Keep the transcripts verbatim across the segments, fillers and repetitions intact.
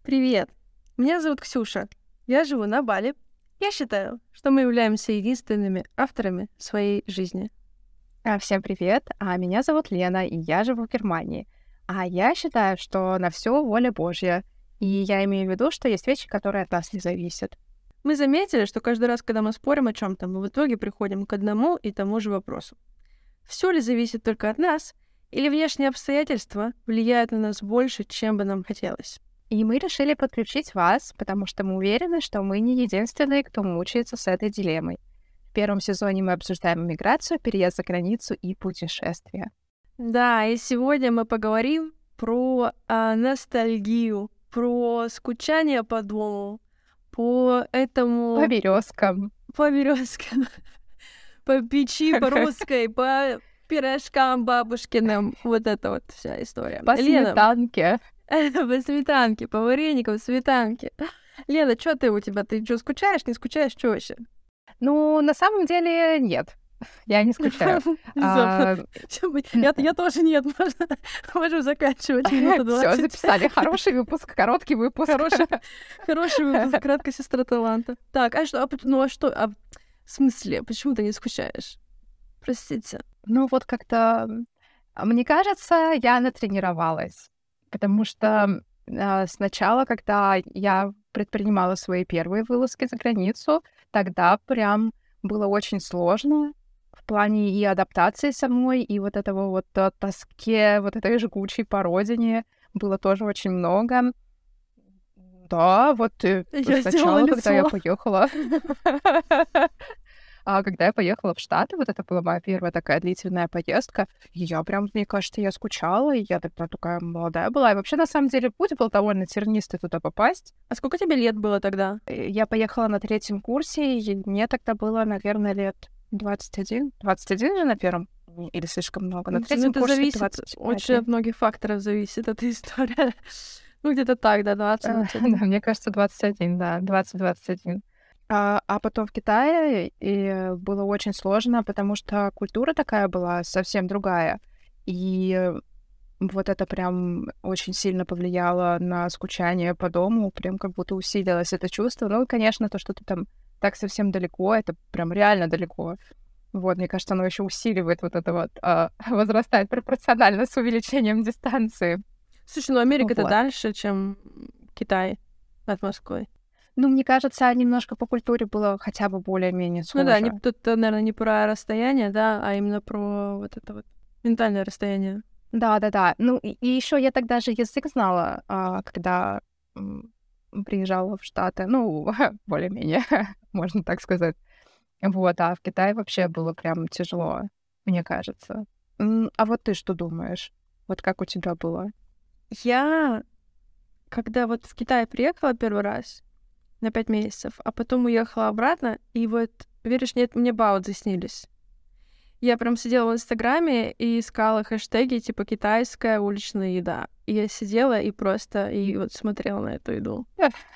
Привет! Меня зовут Ксюша. Я живу на Бали. Я считаю, что мы являемся единственными авторами своей жизни. А, Всем привет, а меня зовут Лена, и я живу в Германии. А я считаю, что на все воля Божья. И я имею в виду, что есть вещи, которые от нас не зависят. Мы заметили, что каждый раз, когда мы спорим о чем-то, мы в итоге приходим к одному и тому же вопросу. Все ли зависит только от нас, или внешние обстоятельства влияют на нас больше, чем бы нам хотелось? И мы решили подключить вас, потому что мы уверены, что мы не единственные, кто мучается с этой дилеммой. В первом сезоне мы обсуждаем миграцию, переезд за границу и путешествия. Да, и сегодня мы поговорим про а, ностальгию, про скучание по дому, по этому... По березкам. По березкам, по печи, по русской, по пирожкам бабушкиным. Вот это вот вся история. По Лена, сметанке. по сметанке, по вареникам, сметанке. Лена, что ты у тебя? Ты что, скучаешь, не скучаешь? Что вообще? Ну, на самом деле, нет. Я не скучаю. А, Я я тоже нет. Можно можем заканчивать минуту Все, двадцать. записали. Хороший выпуск, короткий выпуск. Хороший, хороший выпуск, краткая сестра таланта. Так, а что, а пот- ну а что, а в смысле, почему ты не скучаешь? Простите. Ну, вот как-то, а, мне кажется, я натренировалась. Потому что а, сначала, когда я предпринимала свои первые вылазки за границу, тогда прям было очень сложно в плане и адаптации самой, и вот этого вот а, тоске, вот этой жгучей по родине было тоже очень много. Да, вот э, Я сделала сначала, когда я лицо. поехала, а когда я поехала в Штаты, вот это была моя первая такая длительная поездка, и я прям, мне кажется, я скучала, и я тогда такая молодая была. И вообще, на самом деле, путь был довольно тернистый туда попасть. А сколько тебе лет было тогда? Э, Я поехала на третьем курсе, и мне тогда было, наверное, лет двадцать один. двадцать один же на первом? Или слишком много? На Ну, третьем это курсе зависит, двадцать очень от многих факторов зависит эта история. Ну, где-то так, да, двадцать, двадцать один. Да, мне кажется, двадцать один, да, двадцать-двадцать один. А, а потом в Китае и было очень сложно, потому что культура такая была совсем другая. И вот это прям очень сильно повлияло на скучание по дому, прям как будто усилилось это чувство. Ну, и, конечно, то, что ты там так совсем далеко, это прям реально далеко. Вот, мне кажется, оно еще усиливает вот это вот, а, возрастает пропорционально с увеличением дистанции. Слушай, ну Америка-то Вот. дальше, чем Китай от Москвы. Ну, мне кажется, немножко по культуре было хотя бы более-менее Ну да, не, схоже. тут, наверное, не про расстояние, да, а именно про вот это вот ментальное расстояние. Да-да-да. Ну, и, еще я тогда же язык знала, а, когда м, приезжала в Штаты. Ну, более-менее, можно так сказать. Вот, а в Китае вообще было прям тяжело, мне кажется. М, А вот ты что думаешь? Вот как у тебя было? Я, когда вот в Китай приехала первый раз на пять месяцев, а потом уехала обратно, и вот, веришь, нет, мне баудзы снились. Я прям сидела в Инстаграме и искала хэштеги типа «китайская уличная еда». И я сидела и просто и вот смотрела на эту еду.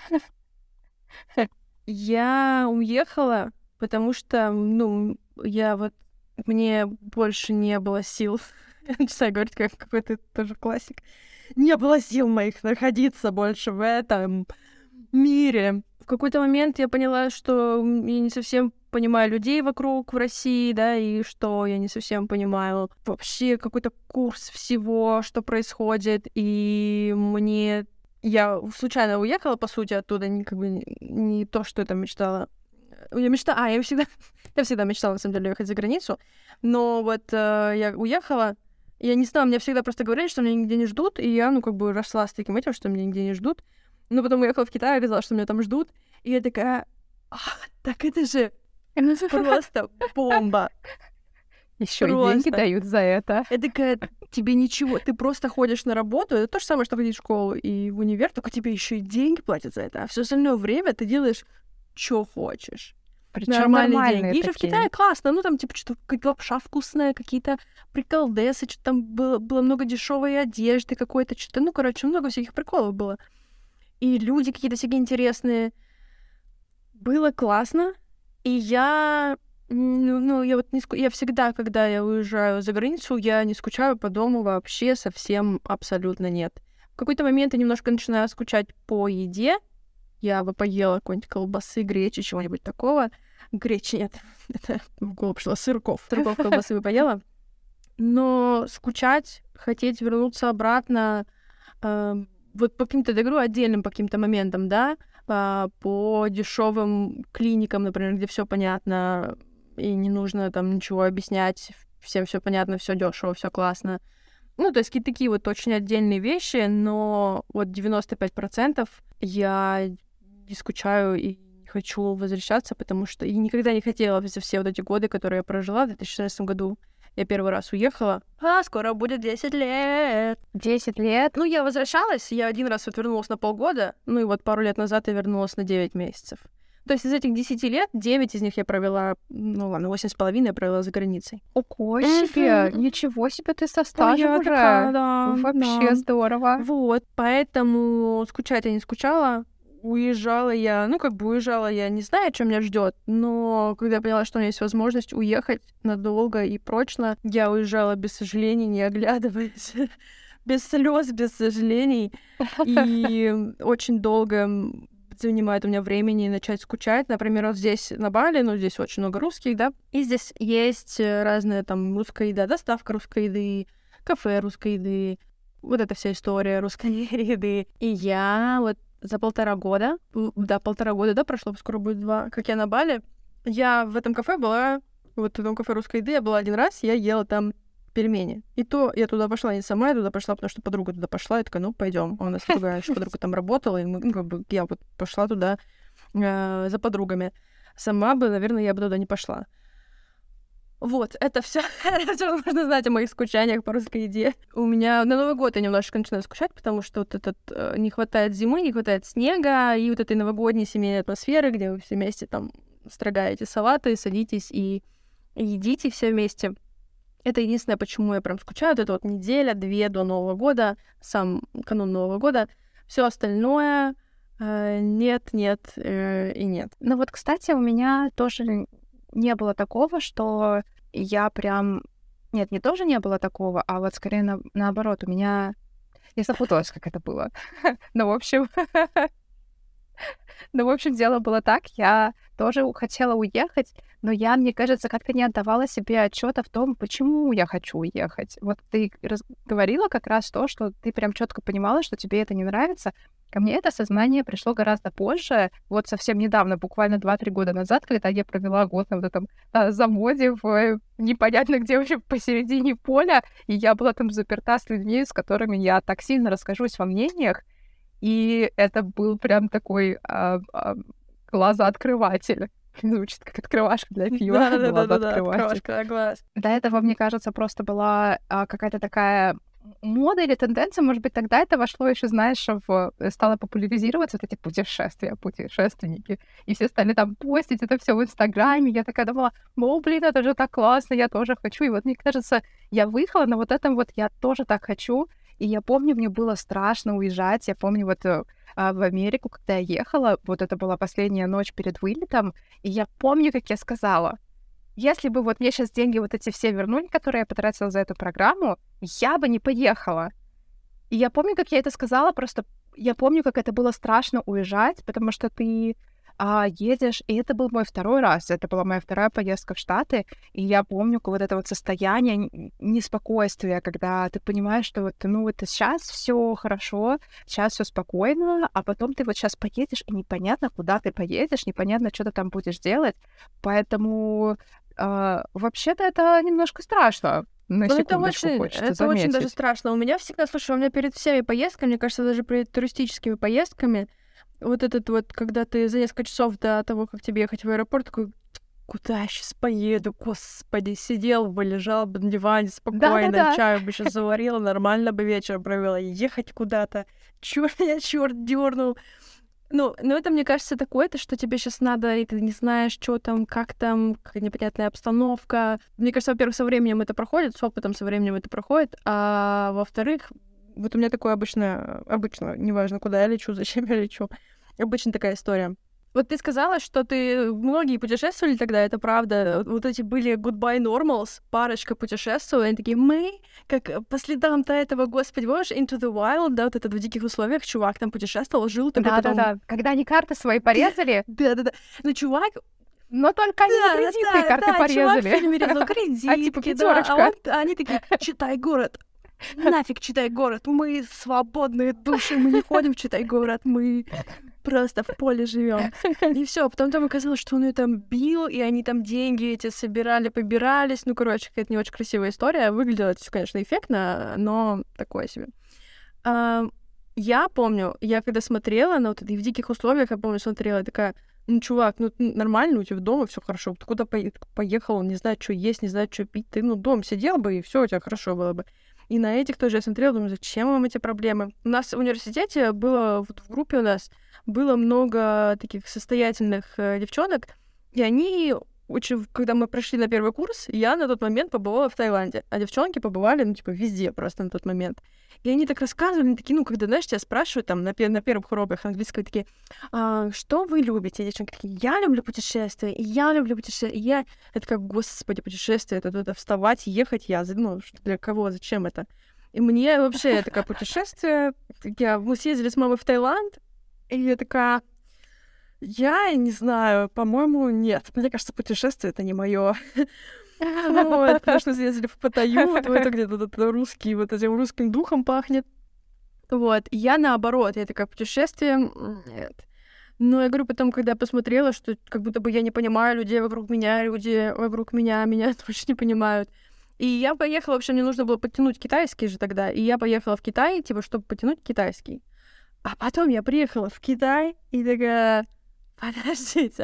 Я уехала, потому что, ну, я вот... Мне больше не было сил. Я начинаю говорить, как какой-то тоже классик. Не было сил моих находиться больше в этом мире. В какой-то момент я поняла, что я не совсем понимаю людей вокруг в России, да, и что я не совсем понимаю вообще какой-то курс всего, что происходит, и мне... Я случайно уехала, по сути, оттуда, не, как бы, не, не то, что я там мечтала. Я мечтала... А, я всегда... я всегда мечтала, на самом деле, уехать за границу, но вот э, я уехала, я не знаю, мне всегда просто говорили, что меня нигде не ждут, и я, ну, как бы росла с таким этим, что меня нигде не ждут. Но потом уехала в Китай, оказалось, что меня там ждут, и я такая, а, так это же просто бомба. Еще и деньги Просто. дают за это. Я такая, тебе ничего, ты просто ходишь на работу, это то же самое, что ходить в школу и в универ, только тебе еще и деньги платят за это, а все остальное время ты делаешь, что хочешь. Причем Нормальные нормальные деньги. И же в такие. Китае классно, ну там типа что-то какая-то лапша вкусная, какие-то приколдесы, что-то там было, было много дешевой одежды какой-то, что-то, ну, короче, много всяких приколов было. И люди какие-то всякие интересные. Было классно, и я... Ну, ну, я вот не ску... Я всегда, когда я уезжаю за границу, я не скучаю по дому вообще совсем абсолютно нет. В какой-то момент я немножко начинаю скучать по еде. Я бы поела какой-нибудь колбасы, гречи, чего-нибудь такого. Гречи нет, это в голову пришло, сырков. Сырков, колбасы бы поела. Но скучать, хотеть вернуться обратно э, вот по каким-то, я говорю, отдельным по каким-то моментам, да, по, по дешевым клиникам, например, где все понятно, и не нужно там ничего объяснять, всем все понятно, все дешево, все классно. Ну, то есть какие-то такие вот очень отдельные вещи, но вот девяносто пять процентов я не скучаю и не хочу возвращаться, потому что и никогда не хотела за все вот эти годы, которые я прожила в две тысячи шестнадцатом году. Я первый раз уехала, а скоро будет десять лет. десять лет? Ну, я возвращалась, я один раз вот вернулась на полгода, ну и вот пару лет назад я вернулась на девять месяцев. То есть из этих десяти лет девять из них я провела, ну ладно, восемь с половиной я провела за границей. Ого себе! Ничего себе, ты со стажем уже! Такая, да, вообще да. Здорово! Вот, поэтому скучать я не скучала. Уезжала я, ну, как бы уезжала я, не знаю, что меня ждет, но когда я поняла, что у меня есть возможность уехать надолго и прочно, я уезжала без сожалений, не оглядываясь, без слез, без сожалений. И очень долго занимает у меня времени начать скучать. Например, вот здесь на Бали, ну, здесь очень много русских, да, и здесь есть разная там русская еда, доставка русской еды, кафе русской еды, вот эта вся история русской еды. И я вот за полтора года, да, полтора года, да, прошло, скоро будет два, как я на Бали, я в этом кафе была, вот в этом кафе русской еды я была один раз, я ела там пельмени. И то я туда пошла не сама, я туда пошла, потому что подруга туда пошла, и такая, ну, пойдем. У нас другая еще подруга там работала, и мы, ну, как бы, я вот пошла туда э, за подругами. Сама бы, наверное, я бы туда не пошла. Вот, это все, что нужно знать о моих скучаниях по русской еде. У меня на Новый год я немножко начинаю скучать, потому что вот этот э, не хватает зимы, не хватает снега, и вот этой новогодней семейной атмосферы, где вы все вместе там строгаете салаты, садитесь и едите все вместе. Это единственное, почему я прям скучаю. Вот это вот неделя-две до Нового года, сам канун Нового года. Все остальное э, нет, нет э, и нет. Ну вот, кстати, у меня тоже не было такого, что я прям... Нет, не тоже не было такого, а вот скорее на... наоборот. У меня... Я запуталась, как это было. Ну, в общем... Ну, в общем, дело было так. Я тоже хотела уехать, но я, мне кажется, как-то не отдавала себе отчета в том, почему я хочу уехать. Вот ты раз... говорила как раз то, что ты прям четко понимала, что тебе это не нравится. Ко мне это сознание пришло гораздо позже, вот совсем недавно, буквально два-три года назад, когда я провела год на вот этом а, заводе в непонятно где вообще посередине поля, и я была там заперта с людьми, с которыми я так сильно расхожусь во мнениях, и это был прям такой а, а, глазооткрыватель. Звучит как открывашка для пива. Да-да-да, открывашка, глаз. До этого, мне кажется, просто была а, какая-то такая мода или тенденция, может быть, тогда это вошло еще, знаешь, в... стало популяризироваться вот эти путешествия, путешественники. И все стали там постить это все в Инстаграме. Я такая думала, о, блин, это же так классно, я тоже хочу. И вот, мне кажется, я выехала на вот этом вот, я тоже так хочу. И я помню, мне было страшно уезжать. Я помню вот а, в Америку, когда я ехала, вот это была последняя ночь перед вылетом, и я помню, как я сказала, если бы вот мне сейчас деньги вот эти все вернули, которые я потратила за эту программу, я бы не поехала. И я помню, как я это сказала, просто я помню, как это было страшно уезжать, потому что ты а, едешь, и это был мой второй раз, это была моя вторая поездка в Штаты, и я помню вот это вот состояние неспокойствия, когда ты понимаешь, что вот, ну вот сейчас все хорошо, сейчас все спокойно, а потом ты вот сейчас поедешь, и непонятно, куда ты поедешь, непонятно, что ты там будешь делать, поэтому а, вообще-то это немножко страшно. На ну, это секундочку, очень, хочется это заметить. очень даже страшно. У меня всегда, слушай, у меня перед всеми поездками, мне кажется, даже перед туристическими поездками, вот этот вот, когда ты за несколько часов до того, как тебе ехать в аэропорт, такой, куда я сейчас поеду, господи, сидел бы, лежал бы на диване спокойно, Да-да-да. чаю бы сейчас заварила, нормально бы вечер провела, ехать куда-то, чёрт меня чёрт дёрнул. Ну, ну, это, мне кажется, такое-то, что тебе сейчас надо, и ты не знаешь, что там, как там, какая непонятная обстановка. Мне кажется, во-первых, со временем это проходит, с опытом со временем это проходит, а во-вторых, вот у меня такое обычно, обычно, неважно, куда я лечу, зачем я лечу, обычно такая история. Вот ты сказала, что ты многие путешествовали тогда, это правда. Вот эти были Goodbye Normals, парочка путешествовала, они такие, мы, как по следам-то этого, господи, помнишь, Into the Wild, да, вот этот в диких условиях, чувак там путешествовал, жил такой потом... Да-да-да, когда они карты свои порезали. Да-да-да, ну чувак... Но только они Да, кредитные да, карты да, чувак в порезали. фильме резал кредитки, А типа да, а пятерочка. он- а они такие, читай город. Нафиг читай город, мы свободные души, мы не ходим в читай город, мы просто в поле живем. И все, потом там оказалось, что он ее там бил, и они там деньги эти собирали, побирались. Ну, короче, какая-то не очень красивая история. Выглядело это всё, конечно, эффектно, но такое себе. А, я помню, я когда смотрела на вот это, и в диких условиях, я помню, смотрела, я такая, ну, чувак, ну, ты нормально, у тебя дома все хорошо. Ты куда пое- поехал, он не знает, что есть, не знает, что пить. Ты, ну, дома сидел бы, и все у тебя хорошо было бы. И на этих тоже я смотрела, думаю, зачем вам эти проблемы? У нас в университете было, вот в группе у нас было много таких состоятельных э, девчонок, и они, очень, когда мы прошли на первый курс, я на тот момент побывала в Таиланде, а девчонки побывали, ну, типа, везде просто на тот момент. И они так рассказывали, они такие, ну, когда, знаешь, тебя спрашивают там на, пе- на первых уроках английского, такие, а, что вы любите? И девчонки такие, я люблю путешествия, и я люблю путешествия, и я... Это как, господи, путешествие, это, это вставать, ехать, я, ну, что- для кого, зачем это? И мне вообще, я такая, путешествие, я, мы съездили с мамой в Таиланд, и я такая, я не знаю, по-моему, нет. Мне кажется, путешествие — это не моё. Вот, потому что съездили в Паттайю, вот в это где-то вот это русский, вот этим русским духом пахнет. Вот, и я наоборот, я такая, путешествие, м, нет. Но я говорю, потом, когда я посмотрела, что как будто бы я не понимаю людей вокруг меня, люди вокруг меня меня тоже не понимают. И я поехала, вообще мне нужно было подтянуть китайский же тогда, и я поехала в Китай, типа, чтобы подтянуть китайский. А потом я приехала в Китай и такая, подождите.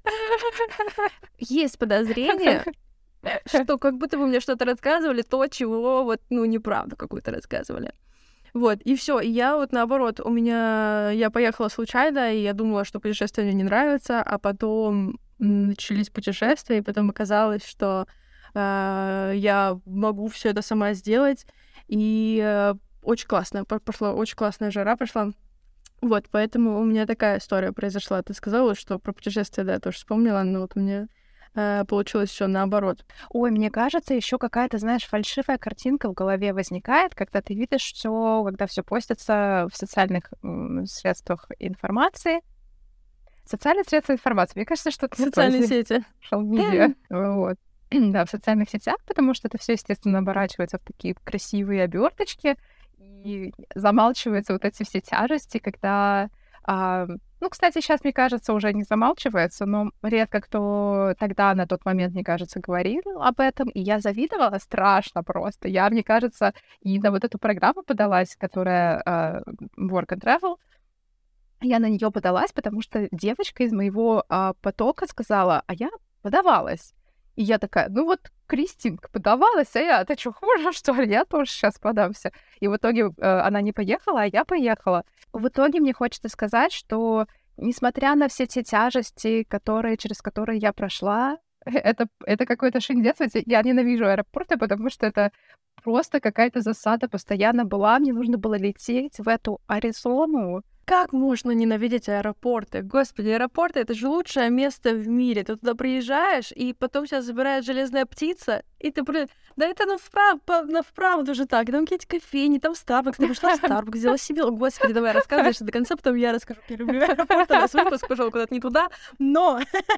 Есть подозрение, что как будто бы мне что-то рассказывали, то, чего вот, ну, неправду какую-то рассказывали. Вот, и все. И я вот наоборот, у меня... Я поехала случайно, и я думала, что путешествия мне не нравятся, а потом м, начались путешествия, и потом оказалось, что э, я могу все это сама сделать, и э, очень классно, по- пошла, очень классная жара пошла. Вот, поэтому у меня такая история произошла. Ты сказала, что про путешествия, да, я тоже вспомнила, но вот у меня э, получилось все наоборот. Ой, мне кажется, еще какая-то, знаешь, фальшивая картинка в голове возникает, когда ты видишь все, когда все постится в социальных м, средствах информации. Социальные средства информации. Мне кажется, что это не то, Социальные если сети. social media. Вот. Да, в социальных сетях, потому что это все, естественно, оборачивается в такие красивые оберточки и замалчиваются вот эти все тяжести, когда... а, ну, кстати, сейчас, мне кажется, уже не замалчивается, но редко кто тогда на тот момент, мне кажется, говорил об этом, и я завидовала страшно просто. Я, мне кажется, и на вот эту программу подалась, которая а, Work and Travel, я на нее подалась, потому что девочка из моего а, потока сказала, а я подавалась. И я такая, ну вот Кристинка подавалась, а я, ты что, хуже, что ли? Я тоже сейчас подамся. И в итоге э, она не поехала, а я поехала. В итоге мне хочется сказать, что несмотря на все те тяжести, которые, через которые я прошла, это, это какой-то шиндец. Я ненавижу аэропорты, потому что это просто какая-то засада постоянно была. Мне нужно было лететь в эту Аризону. Как можно ненавидеть аэропорты? Господи, аэропорты — это же лучшее место в мире. Ты туда приезжаешь, и потом тебя забирает железная птица, и ты... при- Да это ну вправ... по- на вправду же так. Там какие-то кофейни, там Starbucks. Ты пошла в Starbucks, взяла себе... О, Господи, давай рассказывай до конца, потом я расскажу. Я люблю аэропорты, у нас выпуск пошел куда-то не туда, но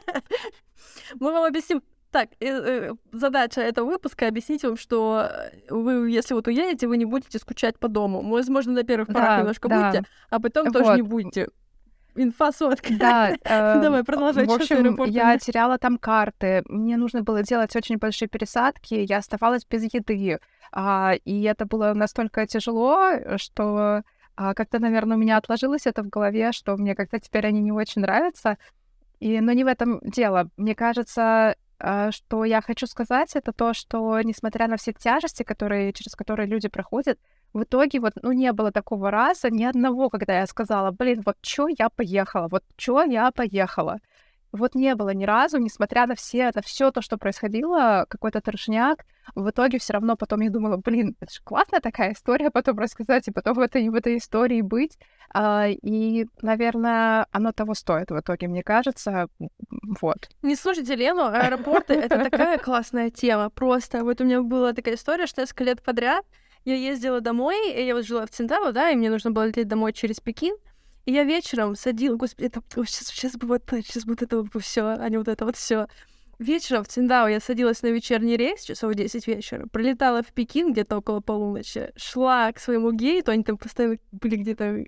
мы вам объясним. Так, э, э, задача этого выпуска — объяснить вам, что вы, если вот уедете, вы не будете скучать по дому. Возможно, на первых порах Да, немножко да. будете, а потом тоже Вот. не будете. Инфа сотка. Да, э, Давай, продолжай. в Что с общем, аэропортами? я теряла там карты, мне нужно было делать очень большие пересадки, я оставалась без еды, а, и это было настолько тяжело, что а, как-то, наверное, у меня отложилось это в голове, что мне как-то теперь они не очень нравятся, и, но не в этом дело. Мне кажется, а, что я хочу сказать, это то, что, несмотря на все тяжести, которые, через которые люди проходят, в итоге вот, ну, не было такого раза, ни одного, когда я сказала, блин, вот чё я поехала, вот чё я поехала. вот не было ни разу, несмотря на все это, все то, что происходило, какой-то трешняк. В итоге все равно потом я думала, блин, это же классная такая история потом рассказать, и потом в этой, в этой истории быть. А, и, наверное, оно того стоит в итоге, мне кажется. Вот. Не слушайте Лену, аэропорты — это такая классная тема. Просто вот у меня была такая история, что несколько лет подряд я ездила домой, и я вот жила в Циндао, да, и мне нужно было лететь домой через Пекин. И я вечером садила, господи, это сейчас, сейчас бы вот, сейчас будет это вот все, а не вот это вот все. Вечером в Циндао я садилась на вечерний рейс, часов в десять вечера, прилетала в Пекин где-то около полуночи, шла к своему гейту, они там постоянно были где-то,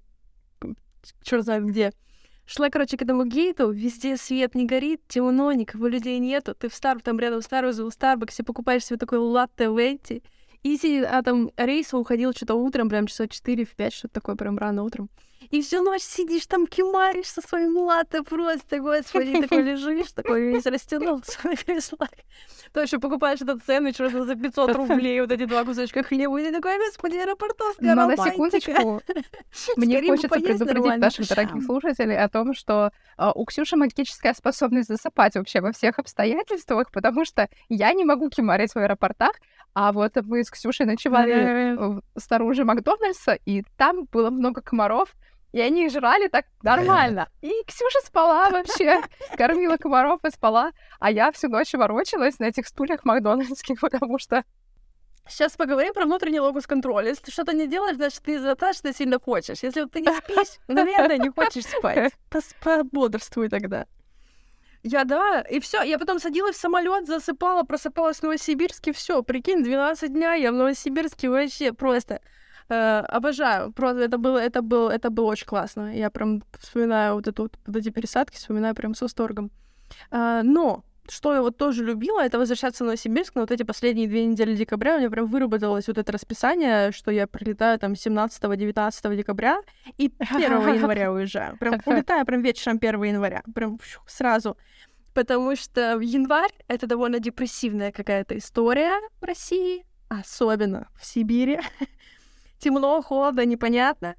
чёрт знает где. Шла, короче, к этому гейту, везде свет не горит, темно, никого людей нету. Ты в Стар, там рядом Старбакс, в Старбаксе покупаешь себе такой латте венти, и а там рейс уходил что-то утром, прям часа четыре в пять, что-то такое прям рано утром. И всю ночь сидишь там, кимаришь со своим латте просто, господи, такой лежишь, такой весь растянулся на креслах. То еще покупаешь этот сэндвич просто за пятьсот рублей, вот эти два кусочка хлеба, и ты такой, господи, аэропортовская Но романтика. на секундочку, мне хочется предупредить наших дорогих слушателей о том, что uh, у Ксюши магическая способность засыпать вообще во всех обстоятельствах, потому что я не могу кимарить в аэропортах, а вот мы с Ксюшей ночевали снаружи Макдональдса, и там было много комаров, и они их жрали так нормально. И Ксюша спала вообще, кормила комаров и спала, а я всю ночь ворочалась на этих стульях макдональдских, потому что... Сейчас поговорим про внутренний локус-контроль. Если ты что-то не делаешь, значит, ты достаточно сильно хочешь. Если вот ты не спишь, наверное, не хочешь спать. Пободрствуй тогда. Я, да, и все. Я потом садилась в самолет, засыпала, просыпалась в Новосибирске, все, прикинь, двенадцать дня я в Новосибирске вообще просто э, обожаю. Просто это было, это было, это было очень классно. Я прям вспоминаю вот, эту, вот эти пересадки, вспоминаю прям с восторгом. Э, но что я вот тоже любила, это возвращаться в Новосибирск на вот эти последние две недели декабря. У меня прям выработалось вот это расписание, что я прилетаю там семнадцатого-девятнадцатого декабря и первого января уезжаю. Прям улетаю прям вечером первого января. Прям фу, сразу. Потому что в январь — это довольно депрессивная какая-то история в России, особенно в Сибири. Темно, холодно, непонятно.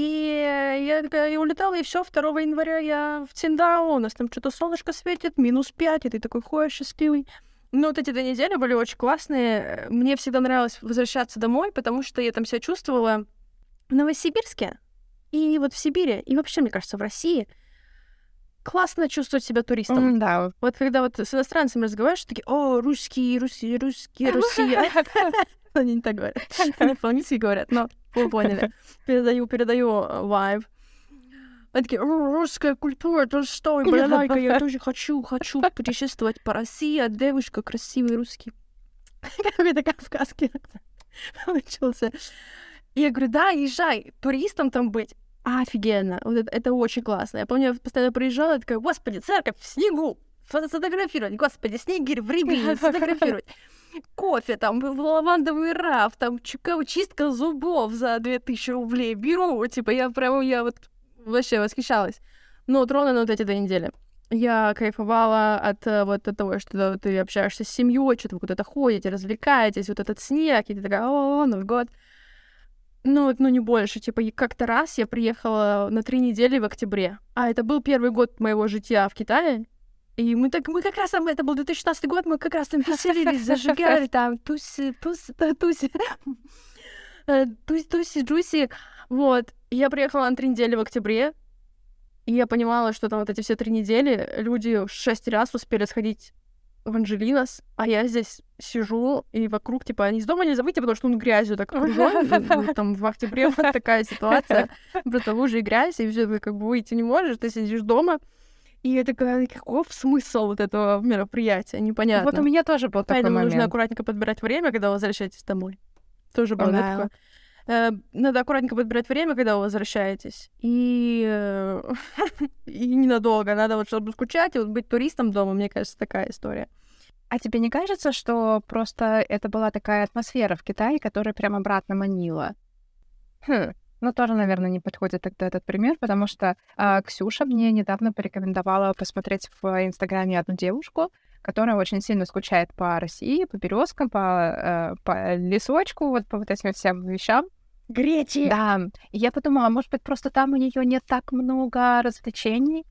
И я такая, я улетала, и все, второго января я в Циндао, у нас там что-то солнышко светит, минус пять, и ты такой ходишь счастливый. Но вот эти две недели были очень классные. Мне всегда нравилось возвращаться домой, потому что я там себя чувствовала в Новосибирске, и вот в Сибири, и вообще, мне кажется, в России классно чувствовать себя туристом. Mm, да. Вот когда вот с иностранцами разговариваешь, такие, о, русские, русские, русские, россияне. Они не так говорят. Они по-английски говорят, но вы поняли. Передаю, передаю вайб. Они такие, русская культура, то что, балалайка, я тоже хочу, хочу путешествовать по России, а девушка красивый русский. Какой-то кавказский акцент получился. И я говорю, да, езжай, туристом там быть. Офигенно. Вот это, это очень классно. Я помню, я постоянно приезжала, и такая, господи, церковь в снегу, сфотографировать, господи, снегирь в рябине, сфотографировать. Кофе, там, лавандовый раф, там, чистка зубов за две тысячи рублей. Беру, типа, я прям, я вот вообще восхищалась. Ну, вот ровно на вот эти две недели. Я кайфовала от вот от того, что ты общаешься с семьей, что-то вы куда-то ходите, развлекаетесь, вот этот снег, и ты такая, о, Новый год. Ну, ну, не больше. Типа, как-то раз я приехала на три недели в октябре. А это был первый год моего жития в Китае. И мы так, мы как раз там, это был две тысячи шестнадцатый год, мы как раз там веселились, зажигали там туси, туси, туси, туси, туси, джуси. Вот. И я приехала на три недели в октябре, и я понимала, что там вот эти все три недели люди шесть раз успели сходить в Анджелинос, а я здесь сижу, и вокруг, типа, из дома нельзя выйти, потому что он грязью так окружён. Там в октябре вот такая ситуация, просто лужи и грязь, и всё, как бы выйти не можешь, ты сидишь дома. И я такая, каков смысл вот этого мероприятия? Непонятно. Вот у меня тоже был такой Поэтому момент. нужно аккуратненько подбирать время, когда вы возвращаетесь домой. Тоже было Да. такое. Э, надо аккуратненько подбирать время, когда вы возвращаетесь. И, э, и ненадолго. Надо вот, чтобы скучать, и вот быть туристом дома, мне кажется, такая история. А тебе не кажется, что просто это была такая атмосфера в Китае, которая прям обратно манила? Хм. Ну, тоже, наверное, не подходит тогда этот пример, потому что э, Ксюша мне недавно порекомендовала посмотреть в Инстаграме одну девушку, которая очень сильно скучает по России, по березкам, по, э, по лесочку, вот по вот этим всем вещам. Гречи! Да, и я подумала, может быть, просто там у нее нет так много развлечений,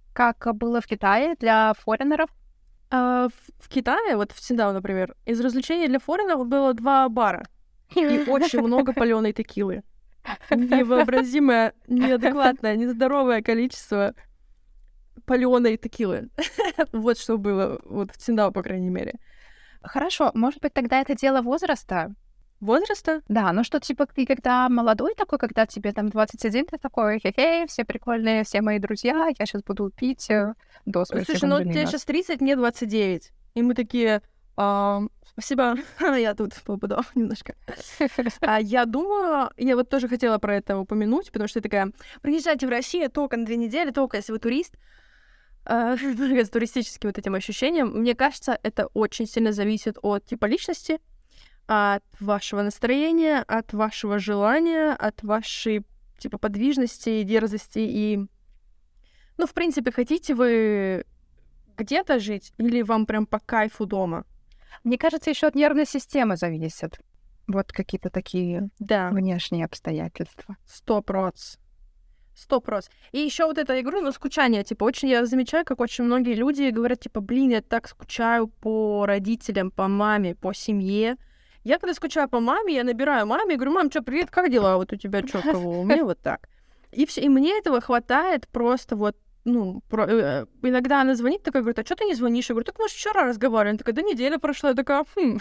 Как было в Китае для форинеров? А, в, в Китае, вот в Циндао, например, из развлечений для форинеров было два бара и очень много палёной текилы. Невообразимое, неадекватное, нездоровое количество палёной текилы. Вот что было вот в Циндао, по крайней мере. Хорошо, может быть, тогда это дело возраста? Возраста? Да, ну что, типа, ты когда молодой такой, когда тебе там двадцать один, ты такой, хе-хей, все прикольные, все мои друзья, я сейчас буду пить э, до смерти. Слушай, ну тебе сейчас тридцать, мне двадцать девять. И мы такие, а, спасибо, я тут побуду немножко. А я думаю, я вот тоже хотела про это упомянуть, потому что я такая, приезжайте в Россию только на две недели, только если вы турист. А, с туристическим вот этим ощущением. Мне кажется, это очень сильно зависит от типа личности, от вашего настроения, от вашего желания, от вашей, типа, подвижности, дерзости и... Ну, в принципе, хотите вы где-то жить или вам прям по кайфу дома? Мне кажется, еще от нервной системы зависит. Вот какие-то такие да. внешние обстоятельства. Сто проц. Сто проц. И еще вот это, я говорю, ну, скучание, типа, очень я замечаю, как очень многие люди говорят, типа, блин, я так скучаю по родителям, по маме, по семье. Я когда скучаю по маме, я набираю маме и говорю, мам, что, привет, как дела? Вот у тебя что, кого? У меня вот так. И все, и мне этого хватает просто вот, ну, про... иногда она звонит, такая, говорит, а что ты не звонишь? Я говорю, так мы же вчера разговаривали. Она такая, да неделя прошла. Я такая, хм,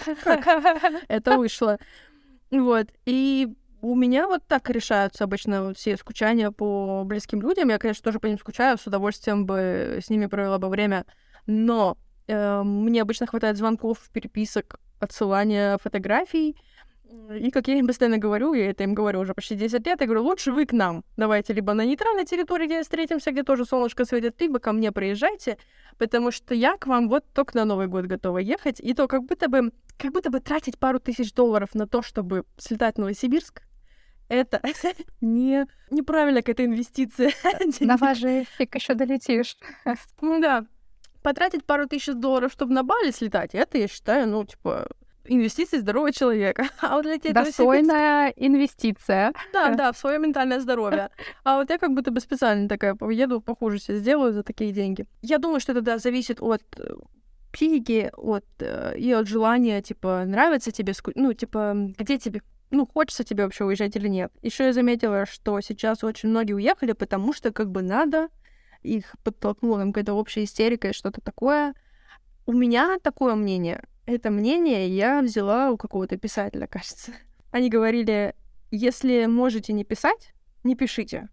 это вышло. Вот, и у меня вот так решаются обычно все скучания по близким людям. Я, конечно, тоже по ним скучаю, с удовольствием бы с ними провела бы время, но э, мне обычно хватает звонков, переписок, отсылания фотографий. И, как я им постоянно говорю, я это им говорю уже почти десять лет, я говорю, лучше вы к нам. Давайте либо на нейтральной территории, где встретимся, где тоже солнышко светит, либо ко мне приезжайте, потому что я к вам вот только на Новый год готова ехать. И то как будто бы, как будто бы тратить пару тысяч долларов на то, чтобы слетать в Новосибирск, это не неправильная какая-то инвестиция. На ваш же фиг еще долетишь. Ну да. Потратить пару тысяч долларов, чтобы на Бали слетать, это, я считаю, ну, типа, инвестиции здорового человека. А вот лететь достойная инвестиция. Да, да, в свое ментальное здоровье. А вот я как будто бы специально такая поеду, похуже себе сделаю за такие деньги. Я думаю, что это, да, зависит от психики, от, и от желания, типа, нравится тебе, ну, типа, где тебе, ну, хочется тебе вообще уезжать или нет. Еще я заметила, что сейчас очень многие уехали, потому что как бы надо, их подтолкнула там какая-то общая истерика и что-то такое. У меня такое мнение. Это мнение я взяла у какого-то писателя, кажется. Они говорили, если можете не писать, не пишите.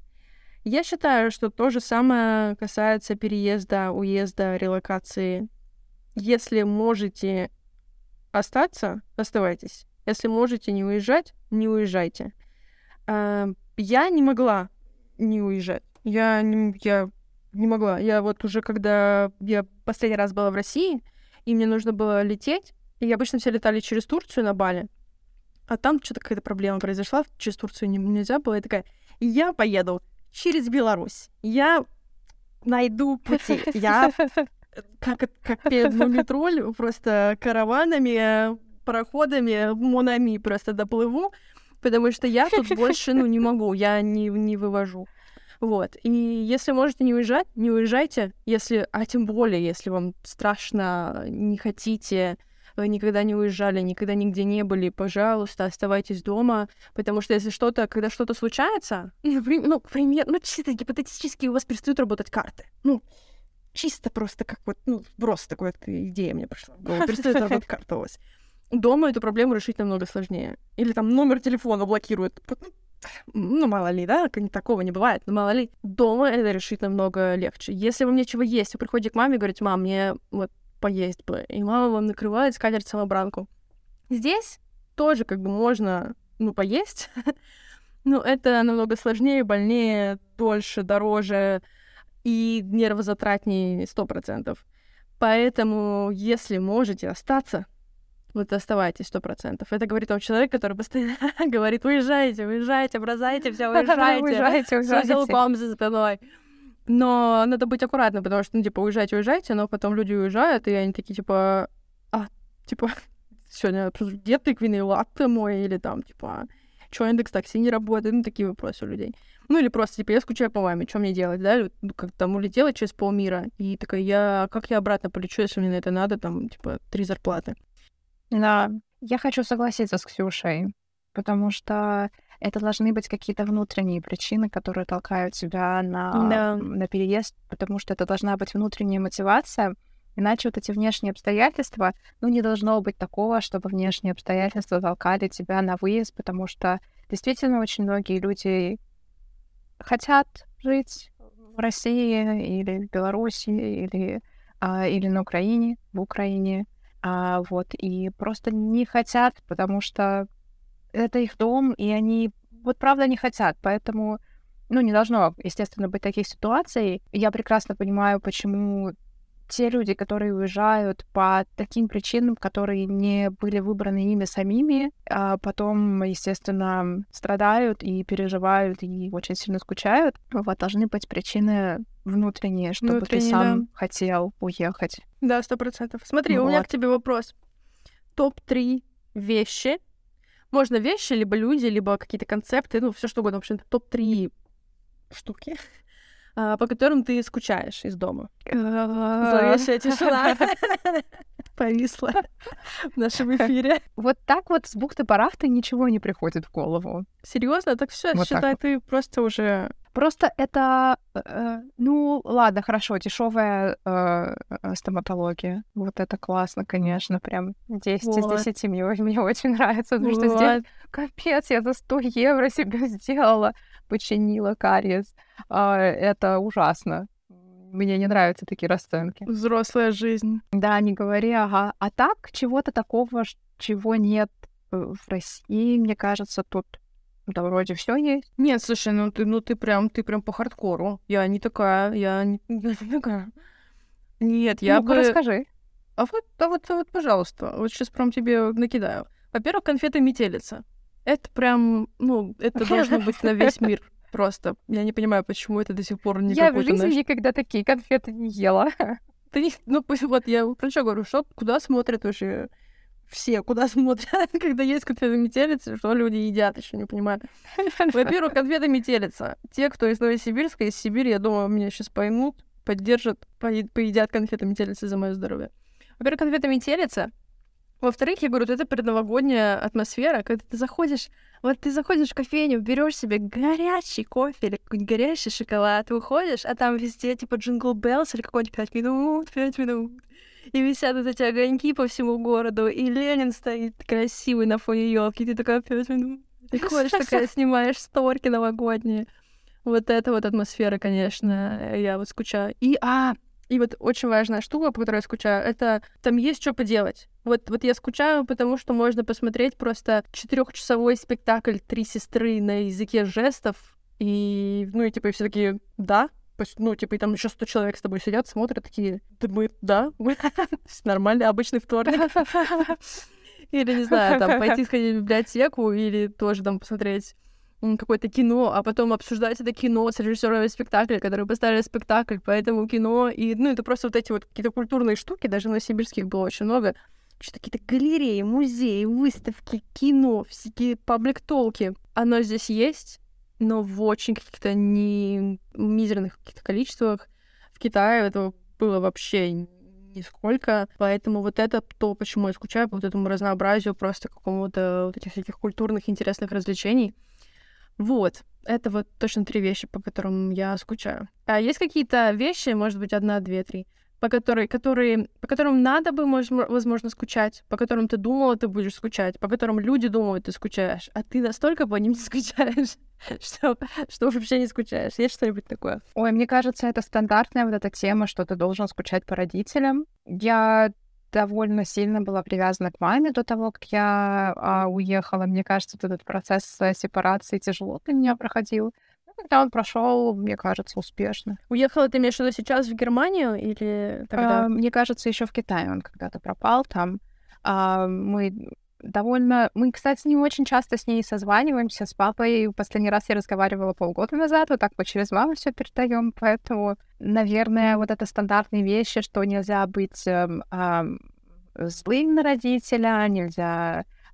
Я считаю, что то же самое касается переезда, уезда, релокации. Если можете остаться, оставайтесь. Если можете не уезжать, не уезжайте. Я не могла не уезжать. Я не, я не могла. Я вот уже, когда я последний раз была в России, и мне нужно было лететь, и обычно все летали через Турцию на Бали, а там что-то какая-то проблема произошла, через Турцию не, нельзя было, и такая, я поеду через Беларусь. Я найду пути. Я, как, как перед Мумитроль, просто караванами, пароходами, монами просто доплыву, потому что я тут больше, ну, не могу, я не, не вывожу. Вот. И если можете не уезжать, не уезжайте. Если, а тем более, если вам страшно, не хотите, вы никогда не уезжали, никогда нигде не были, пожалуйста, оставайтесь дома. Потому что если что-то, когда что-то случается, ну, ну, пример, ну, чисто гипотетически у вас перестают работать карты. Ну, чисто просто как вот, ну, просто такая идея мне пришла в голову. Перестает работать карта у вас. Дома эту проблему решить намного сложнее. Или там номер телефона блокируют. Ну, мало ли, да, такого не бывает, но мало ли. Дома это решить намного легче. Если вам нечего есть, вы приходите к маме и говорите, мам, мне вот поесть бы. И мама вам накрывает скатерть-самобранку. Здесь тоже как бы можно, ну, поесть. Но это намного сложнее, больнее, дольше, дороже и нервозатратнее сто процентов. Поэтому, если можете остаться, вот оставайтесь сто процентов. Это говорит о человеке, который постоянно говорит, уезжайте, уезжайте, бросайте все, уезжайте. Уезжайте, уезжайте. С узелком за спиной. Но надо быть аккуратным, потому что, ну, типа, уезжайте, уезжайте, но потом люди уезжают, и они такие, типа, а, типа, сегодня где тыквенный латте мой, или там, типа, что индекс такси не работает, ну, такие вопросы у людей. Ну, или просто, типа, я скучаю по маме, что мне делать, да? Ну, как там улетела через полмира, и такая, я... как я обратно полечу, если мне на это надо, там, типа, три зарплаты? Да, я хочу согласиться с Ксюшей, потому что это должны быть какие-то внутренние причины, которые толкают тебя на, Да. на переезд, потому что это должна быть внутренняя мотивация, иначе вот эти внешние обстоятельства, ну, не должно быть такого, чтобы внешние обстоятельства толкали тебя на выезд, потому что действительно очень многие люди хотят жить в России или в Беларуси, или, а, или на Украине, в Украине, а, вот, и просто не хотят, потому что это их дом, и они вот правда не хотят, поэтому, ну, не должно, естественно, быть таких ситуаций. Я прекрасно понимаю, почему те люди, которые уезжают по таким причинам, которые не были выбраны ими самими, а потом, естественно, страдают и переживают, и очень сильно скучают, вот, должны быть причины внутренние, чтобы Внутренние, ты сам да. хотел уехать. Да, сто процентов. Смотри, у меня Вот. к тебе вопрос. топ три вещи. Можно вещи, либо люди, либо какие-то концепты, ну, все что угодно. В общем, топ три штуки, а, по которым ты скучаешь из дома. Зловещая тишина повисла в нашем эфире. Вот так вот с бухты-барахты ничего не приходит в голову. Серьезно? Так все, Вот так считай, вот. ты просто уже... Просто это, э, ну, ладно, хорошо, дешевая э, э, стоматология. Вот это классно, конечно, прям десять из Вот. десяти. Мне, мне очень нравится, потому что здесь, Вот. капец, я за сто евро себе сделала, починила кариес. А, это ужасно. Мне не нравятся такие расценки. Взрослая жизнь. Да, не говори, ага. А так, чего-то такого, ш- чего нет э, в России, мне кажется, тут да, вроде все есть. Нет, слушай, ну ты, ну ты прям, ты прям по хардкору. Я не такая, я не, я не такая. Нет, я Ну-ка, бы... расскажи. А вот, а вот, а вот, пожалуйста, вот сейчас прям тебе накидаю. Во-первых, конфеты метелица. Это прям, ну, это должно быть на весь мир просто. Я не понимаю, почему это до сих пор не Я в какой-то жизни наш... никогда такие конфеты не ела. Ты не- Ну, пусть- вот я про что говорю, что, куда смотрят вообще все, куда смотрят, когда есть конфеты метелица, что люди едят, еще не понимаю. Во-первых, конфеты метелица. Те, кто из Новосибирска, из Сибири, я думаю, меня сейчас поймут, поддержат, поед- поедят конфеты метелицы за мое здоровье. Во-первых, конфеты метелица. Во-вторых, я говорю, вот это предновогодняя атмосфера, когда ты заходишь, вот ты заходишь в кофейню, берешь себе горячий кофе или какой-нибудь горячий шоколад, выходишь, а там везде типа Джингл Беллс или какой-нибудь пять минут, пять минут. И висят вот эти огоньки по всему городу, и Ленин стоит красивый на фоне елки, и ты такая пять минут. Ты ходишь такая, снимаешь сторки новогодние. Вот эта вот атмосфера, конечно, я вот скучаю. И, а, и вот очень важная штука, по которой я скучаю, это там есть что поделать. Вот, вот я скучаю, потому что можно посмотреть просто четырехчасовой спектакль «Три сестры» на языке жестов, и, ну, и типа, и все такие, да, пос- ну, типа, и там еще сто человек с тобой сидят, смотрят, такие, да, мы, да, мы, нормально, обычный вторник. Или, не знаю, там, пойти сходить в библиотеку, или тоже там посмотреть м, какое-то кино, а потом обсуждать это кино с режиссерами спектакля, которые поставили спектакль по этому кино. И, ну, это просто вот эти вот какие-то культурные штуки, даже в Новосибирске их было очень много. Что-то какие-то галереи, музеи, выставки, кино, всякие паблик-толки. Оно здесь есть, но в очень каких-то не мизерных каких-то количествах. В Китае этого было вообще нисколько. Поэтому вот это то, почему я скучаю по вот этому разнообразию просто какому-то вот этих всяких культурных интересных развлечений. Вот. Это вот точно три вещи, по которым я скучаю. А есть какие-то вещи, может быть, одна, две, три, по, которой, которые, по которым надо бы, мож- возможно, скучать, по которым ты думала, ты будешь скучать, по которым люди думают, ты скучаешь, а ты настолько по ним не скучаешь, что, что вообще не скучаешь. Есть что-нибудь такое? Ой, мне кажется, это стандартная вот эта тема, что ты должен скучать по родителям. Я довольно сильно была привязана к маме до того, как я а, уехала. Мне кажется, вот этот процесс э, сепарации тяжело для меня проходил. Ну, когда он прошел, мне кажется, успешно. Уехала, ты имеешь в виду сейчас в Германию или тогда? А, мне кажется, еще в Китае он когда-то пропал там. А, мы довольно... Мы, кстати, не очень часто с ней созваниваемся. С папой последний раз я разговаривала полгода назад. Вот так вот через маму все передаем. Поэтому, наверное, вот это стандартные вещи, что нельзя быть эм, эм, злым на родителя, нельзя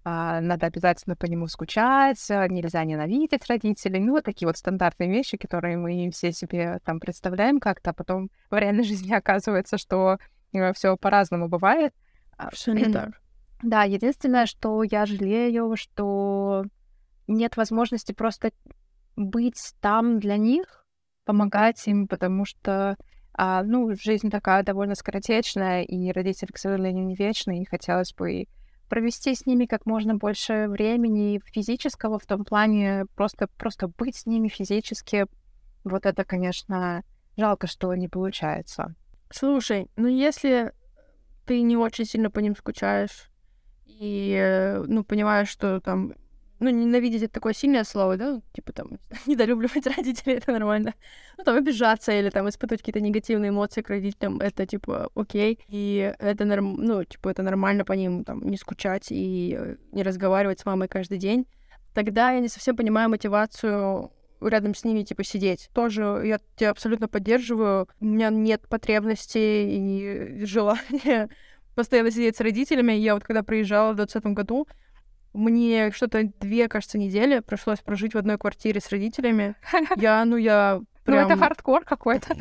а, надо обязательно по нему скучать, нельзя ненавидеть родителей. Ну, вот такие вот стандартные вещи, которые мы все себе там представляем как-то, а потом в реальной жизни оказывается, что все по-разному бывает. Все не так. Да, единственное, что я жалею, что нет возможности просто быть там для них, помогать им, потому что, а, ну, жизнь такая довольно скоротечная, и родители, к сожалению, не вечные, и хотелось бы провести с ними как можно больше времени физического, в том плане просто, просто быть с ними физически. Вот это, конечно, жалко, что не получается. Слушай, ну если ты не очень сильно по ним скучаешь и, ну, понимаешь, что там, ну, ненавидеть — это такое сильное слово, да, типа там недолюбливать родителей — это нормально. Ну, там обижаться или там испытывать какие-то негативные эмоции к родителям — это, типа, окей. И это, норм... ну, типа, это нормально по ним, там, не скучать и не разговаривать с мамой каждый день. Тогда я не совсем понимаю мотивацию рядом с ними, типа, сидеть. Тоже я тебя абсолютно поддерживаю. У меня нет потребности и желания постоянно сидеть с родителями. Я вот когда приезжала в двадцатом году, мне что-то две, кажется, недели пришлось прожить в одной квартире с родителями. Я, ну, я прям... Ну, это хардкор какой-то.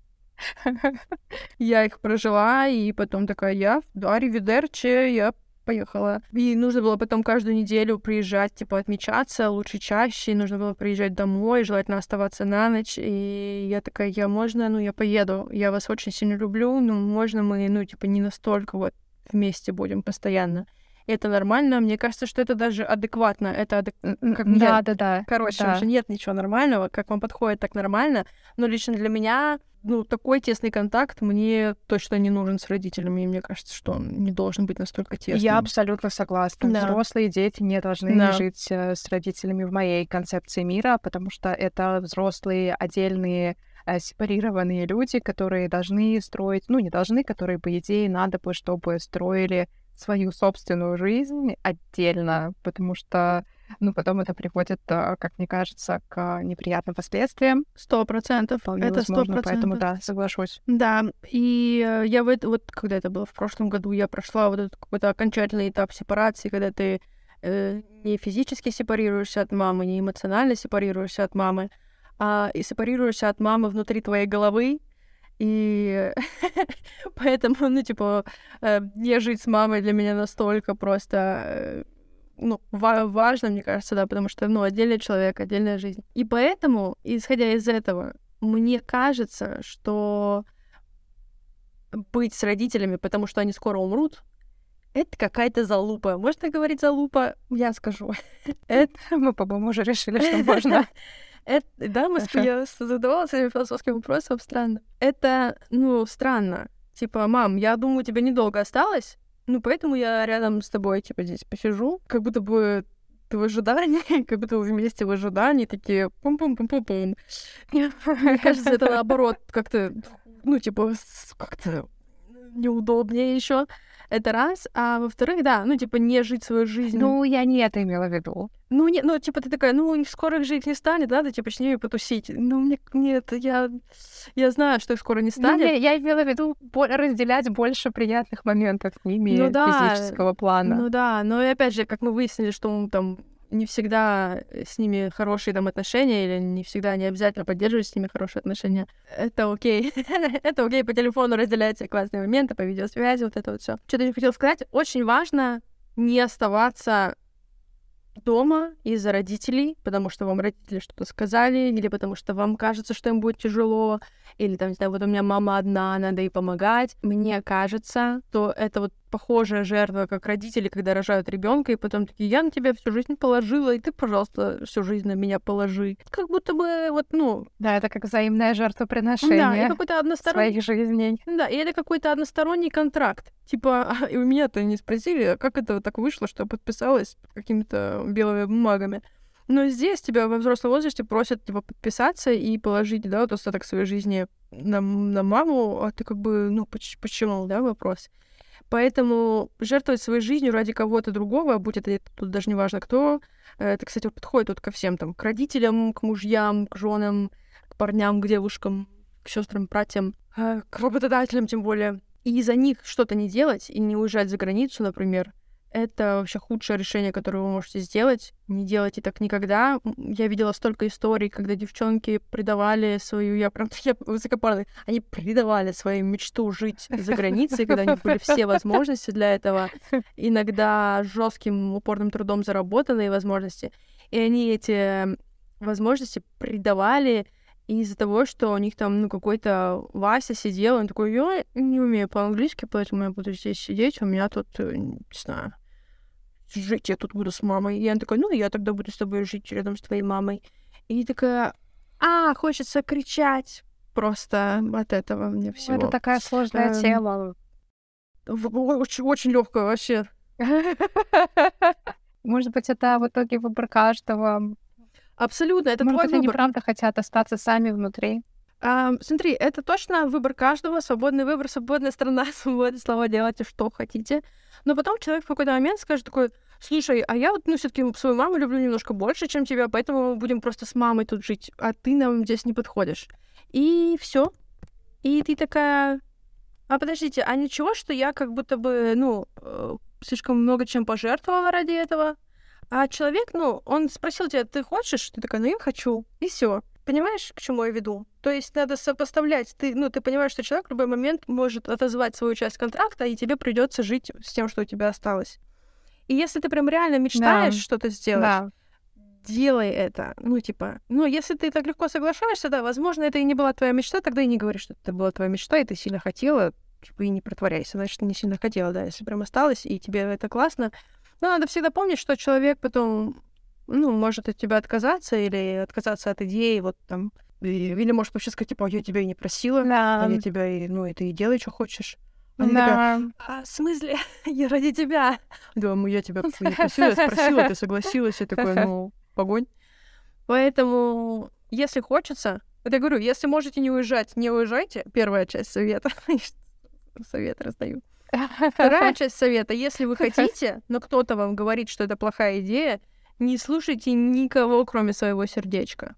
Я их прожила, и потом такая, я, да, аривидерчи, я поехала. И нужно было потом каждую неделю приезжать, типа, отмечаться, лучше чаще, и нужно было приезжать домой, желательно оставаться на ночь. И я такая, я, можно, ну, я поеду, я вас очень сильно люблю, но можно мы, ну, типа, не настолько вот вместе будем постоянно. Это нормально. Мне кажется, что это даже адекватно. Это адек... как да, я... да, да. Короче, да. уже нет ничего нормального. Как вам подходит, так нормально. Но лично для меня, ну, такой тесный контакт мне точно не нужен с родителями. И мне кажется, что он не должен быть настолько тесным. Я абсолютно согласна. Да. Взрослые дети не должны да. жить с родителями в моей концепции мира, потому что это взрослые, отдельные, сепарированные люди, которые должны строить, ну, не должны, которые, по идее, надо бы, чтобы строили свою собственную жизнь отдельно, потому что, ну, потом это приводит, как мне кажется, к неприятным последствиям. Сто процентов. Это сто процентов. Поэтому, да, соглашусь. Да, и я в это, вот, когда это было в прошлом году, я прошла вот этот какой-то окончательный этап сепарации, когда ты э, не физически сепарируешься от мамы, не эмоционально сепарируешься от мамы, а и сепарируешься от мамы внутри твоей головы. И поэтому, ну, типа, не жить с мамой для меня настолько просто, ну, важно, мне кажется, да, потому что, ну, отдельный человек, отдельная жизнь. И поэтому, исходя из этого, мне кажется, что быть с родителями, потому что они скоро умрут, это какая-то залупа. Можно говорить залупа? Я скажу. Это мы, по-моему, уже решили, что можно. Это, да, мы я задавалась этим философским вопросом, странно. Это, ну, странно. Типа, мам, я думаю, тебе недолго осталось, ну, поэтому я рядом с тобой, типа, здесь посижу, как будто бы ты в ожидании, как будто вы вместе в ожидании, такие пум-пум-пум-пум-пум. Мне кажется, это наоборот как-то, ну, типа, как-то неудобнее еще. Это раз. А во-вторых, да, ну, типа, не жить свою жизнь. Ну, я не это имела в виду. Ну, не, ну, типа, ты такая, ну, скоро их жить не станет, надо, типа, с ними потусить. Ну, мне, нет, я, я знаю, что их скоро не станет. Ну, я, я имела в виду разделять больше приятных моментов с ними ну, да, физического плана. Ну, да, но, и опять же, как мы выяснили, что там не всегда с ними хорошие там отношения, или не всегда не обязательно поддерживать с ними хорошие отношения. Это окей. Это окей, по телефону разделять классные моменты, по видеосвязи, вот это вот все. Что-то я хотела сказать. Очень важно не оставаться дома из-за родителей, потому что вам родители что-то сказали, или потому что вам кажется, что им будет тяжело, или там, не знаю, вот у меня мама одна, надо ей помогать. Мне кажется, что это вот похожая жертва, как родители, когда рожают ребенка, и потом такие, я на тебя всю жизнь положила, и ты, пожалуйста, всю жизнь на меня положи. Как будто бы вот, ну... Да, это как взаимное жертвоприношение да, это какой-то односторонний... своих жизней. Да, и это какой-то односторонний контракт. Типа, и у меня-то не спросили, как это так вышло, что я подписалась какими-то белыми бумагами. Но здесь тебя во взрослом возрасте просят, типа, подписаться и положить, да, вот остаток своей жизни на, на маму, а ты как бы, ну, почему, да, вопрос. Поэтому жертвовать своей жизнью ради кого-то другого, будь это тут даже не важно кто, это, кстати, подходит вот ко всем, там, к родителям, к мужьям, к женам, к парням, к девушкам, к сестрам, братьям, к работодателям тем более. И за них что-то не делать и не уезжать за границу, например, это вообще худшее решение, которое вы можете сделать. Не делайте так никогда. Я видела столько историй, когда девчонки предавали свою... Я прям я высокопарная. Они предавали свою мечту жить за границей, когда у них были все возможности для этого. Иногда жестким упорным трудом заработанные возможности. И они эти возможности предавали из-за того, что у них там, ну, какой-то Вася сидел, он такой, я не умею по-английски, поэтому я буду здесь сидеть, у меня тут, не знаю, жить я тут буду с мамой. И она такая, ну, я тогда буду с тобой жить рядом с твоей мамой. И такая, а, хочется кричать просто от этого мне всего. Это такая сложная Эм, тема. Очень, очень легкая вообще. Может быть, это в итоге выбор каждого. Абсолютно, это Может твой быть, они выбор. правда хотят остаться сами внутри. А, смотри, это точно выбор каждого, свободный выбор, свободная страна, свободное слово, делайте, что хотите. Но потом человек в какой-то момент скажет такой, слушай, а я вот, ну, все таки свою маму люблю немножко больше, чем тебя, поэтому мы будем просто с мамой тут жить, а ты нам здесь не подходишь. И все. И ты такая, а подождите, а ничего, что я как будто бы, ну, э, слишком много чем пожертвовала ради этого? А человек, ну, он спросил тебя, ты хочешь? Ты такая, ну, я хочу. И все. Понимаешь, к чему я веду? То есть надо сопоставлять. Ты, ну, ты понимаешь, что человек в любой момент может отозвать свою часть контракта, и тебе придется жить с тем, что у тебя осталось. И если ты прям реально мечтаешь Да. что-то сделать, Да. делай это. Ну, типа, ну, если ты так легко соглашаешься, да, возможно, это и не была твоя мечта, тогда и не говори, что это была твоя мечта, и ты сильно хотела, типа, и не притворяйся. Значит, ты не сильно хотела, да, если прям осталось, и тебе это классно. Но надо всегда помнить, что человек потом, ну, может от тебя отказаться или отказаться от идеи, вот там, или, или может вообще сказать, типа, «А я тебя и не просила, Да. а я тебя и, ну, это и делай, что хочешь». Она такая, Да. а, в смысле? Я ради тебя. Думаю, я тебя не просила, я спросила, ты согласилась. Я такой, ну, погонь. Поэтому, если хочется, вот я говорю, если можете не уезжать, не уезжайте. Первая часть совета. Совет раздаю. Вторая часть совета. Если вы хотите, но кто-то вам говорит, что это плохая идея, не слушайте никого, кроме своего сердечка.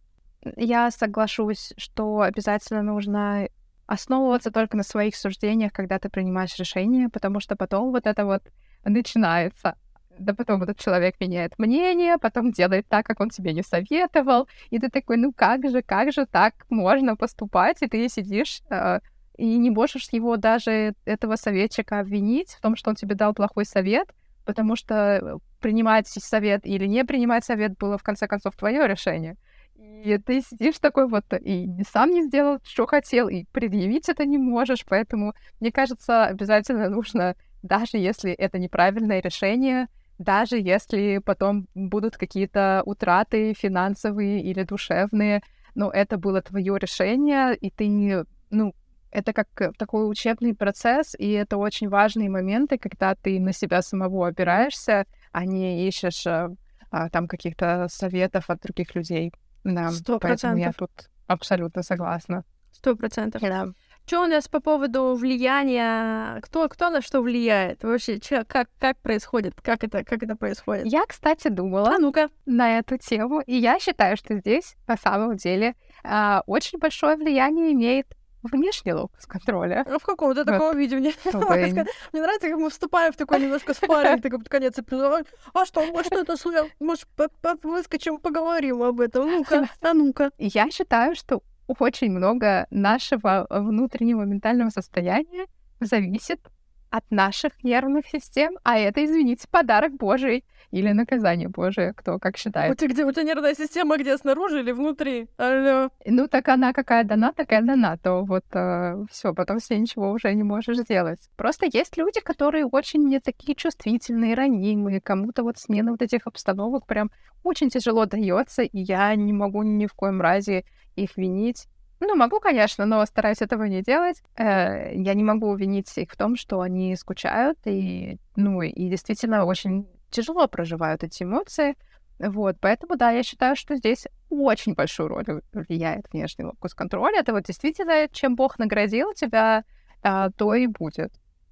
Я соглашусь, что обязательно нужно основываться только на своих суждениях, когда ты принимаешь решение, потому что потом вот это вот начинается. Да потом этот человек меняет мнение, потом делает так, как он тебе не советовал, и ты такой, ну как же, как же так можно поступать, и ты сидишь э, и не можешь его даже, этого советчика, обвинить в том, что он тебе дал плохой совет, потому что принимать совет или не принимать совет было, в конце концов, твое решение. И ты сидишь такой вот и сам не сделал, что хотел, и предъявить это не можешь. Поэтому, мне кажется, обязательно нужно, даже если это неправильное решение, даже если потом будут какие-то утраты финансовые или душевные, но это было твое решение, и ты не... Ну, это как такой учебный процесс, и это очень важные моменты, когда ты на себя самого опираешься, а не ищешь а, там каких-то советов от других людей. Да, Сто поэтому я процентов. тут абсолютно согласна. Сто процентов. Да. Что у нас по поводу влияния? Кто, кто на что влияет? Вообще, чё, как, как происходит? Как это, как это происходит? Я, кстати, думала А ну-ка. на эту тему, и я считаю, что здесь на самом деле а, очень большое влияние имеет внешний локус контроля. А в каком-то Вот. таком виде мне Чтобы- Мне нравится, как мы вступаем в такой немножко спарринг, такой под конец эпизода. А что, может, это слышал? Может, по- по- выскочим, поговорим об этом? Ну-ка, а ну-ка. Я считаю, что очень много нашего внутреннего ментального состояния зависит от наших нервных систем, а это, извините, подарок Божий или наказание Божие, кто как У считает. тебя где? У тебя нервная система где, снаружи или внутри? Алло. Ну, так она какая дана, такая дана, то вот все, потом все ничего уже не можешь сделать. Просто есть люди, которые очень не такие чувствительные, ранимые, кому-то вот смена вот этих обстановок прям очень тяжело дается, и я не могу ни в коем разе их винить. Ну, могу, конечно, но стараюсь этого не делать. Э, я не могу винить их в том, что они скучают и, ну, и действительно очень тяжело проживают эти эмоции. Вот, поэтому, да, я считаю, что здесь очень большую роль влияет внешний локус контроля. Это вот действительно, чем Бог наградил тебя, а, то и будет.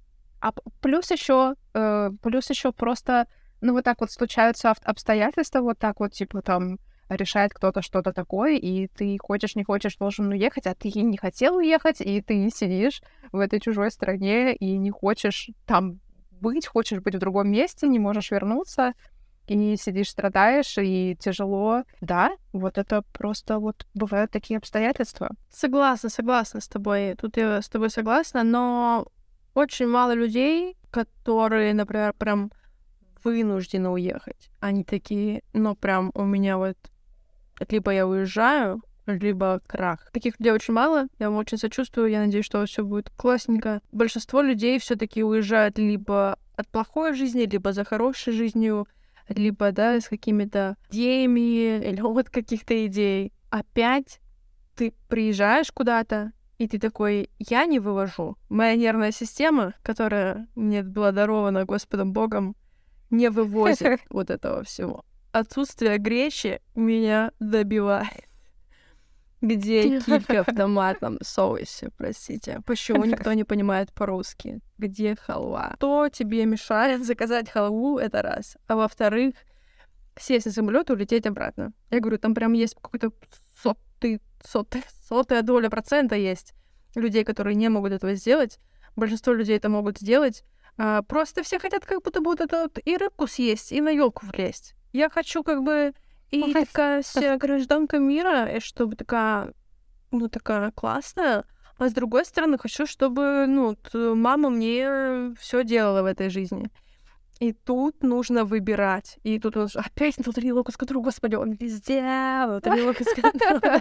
А п- плюс еще, э, плюс еще просто, ну, вот так вот случаются об- обстоятельства, вот так вот, типа, там, решает кто-то что-то такое, и ты хочешь, не хочешь, должен уехать, а ты и не хотел уехать, и ты сидишь в этой чужой стране и не хочешь там быть, хочешь быть в другом месте, не можешь вернуться, и сидишь, страдаешь, и тяжело. Да, вот это просто вот бывают такие обстоятельства. Согласна, согласна с тобой. Тут я с тобой согласна, но очень мало людей, которые, например, прям вынуждены уехать. Они такие, ну, прям у меня вот либо я уезжаю, либо крах. Таких людей очень мало. Я вам очень сочувствую. Я надеюсь, что все будет классненько. Большинство людей все-таки уезжают либо от плохой жизни, либо за хорошей жизнью, либо, да, с какими-то идеями или вот каких-то идей. Опять ты приезжаешь куда-то, и ты такой, я не вывожу. Моя нервная система, которая мне была дарована Господом Богом, не вывозит вот этого всего. Отсутствие гречи меня добивает. Где килька в томатном соусе, простите? Почему никто не понимает по-русски? Где халва? Кто тебе мешает заказать халву? Это раз. А во-вторых, сесть на самолет и улететь обратно. Я говорю, там прям есть какой-то сотый, сотый, сотая доля процента есть людей, которые не могут этого сделать. Большинство людей это могут сделать. А, просто все хотят как будто бы вот это вот и рыбку съесть, и на елку влезть. Я хочу как бы и такая вся гражданка мира, и чтобы такая, ну, такая классная. А с другой стороны, хочу, чтобы, ну, мама мне все делала в этой жизни. И тут нужно выбирать. И тут он опять внутри локус контроль, господи, он везде, внутри локус контроль.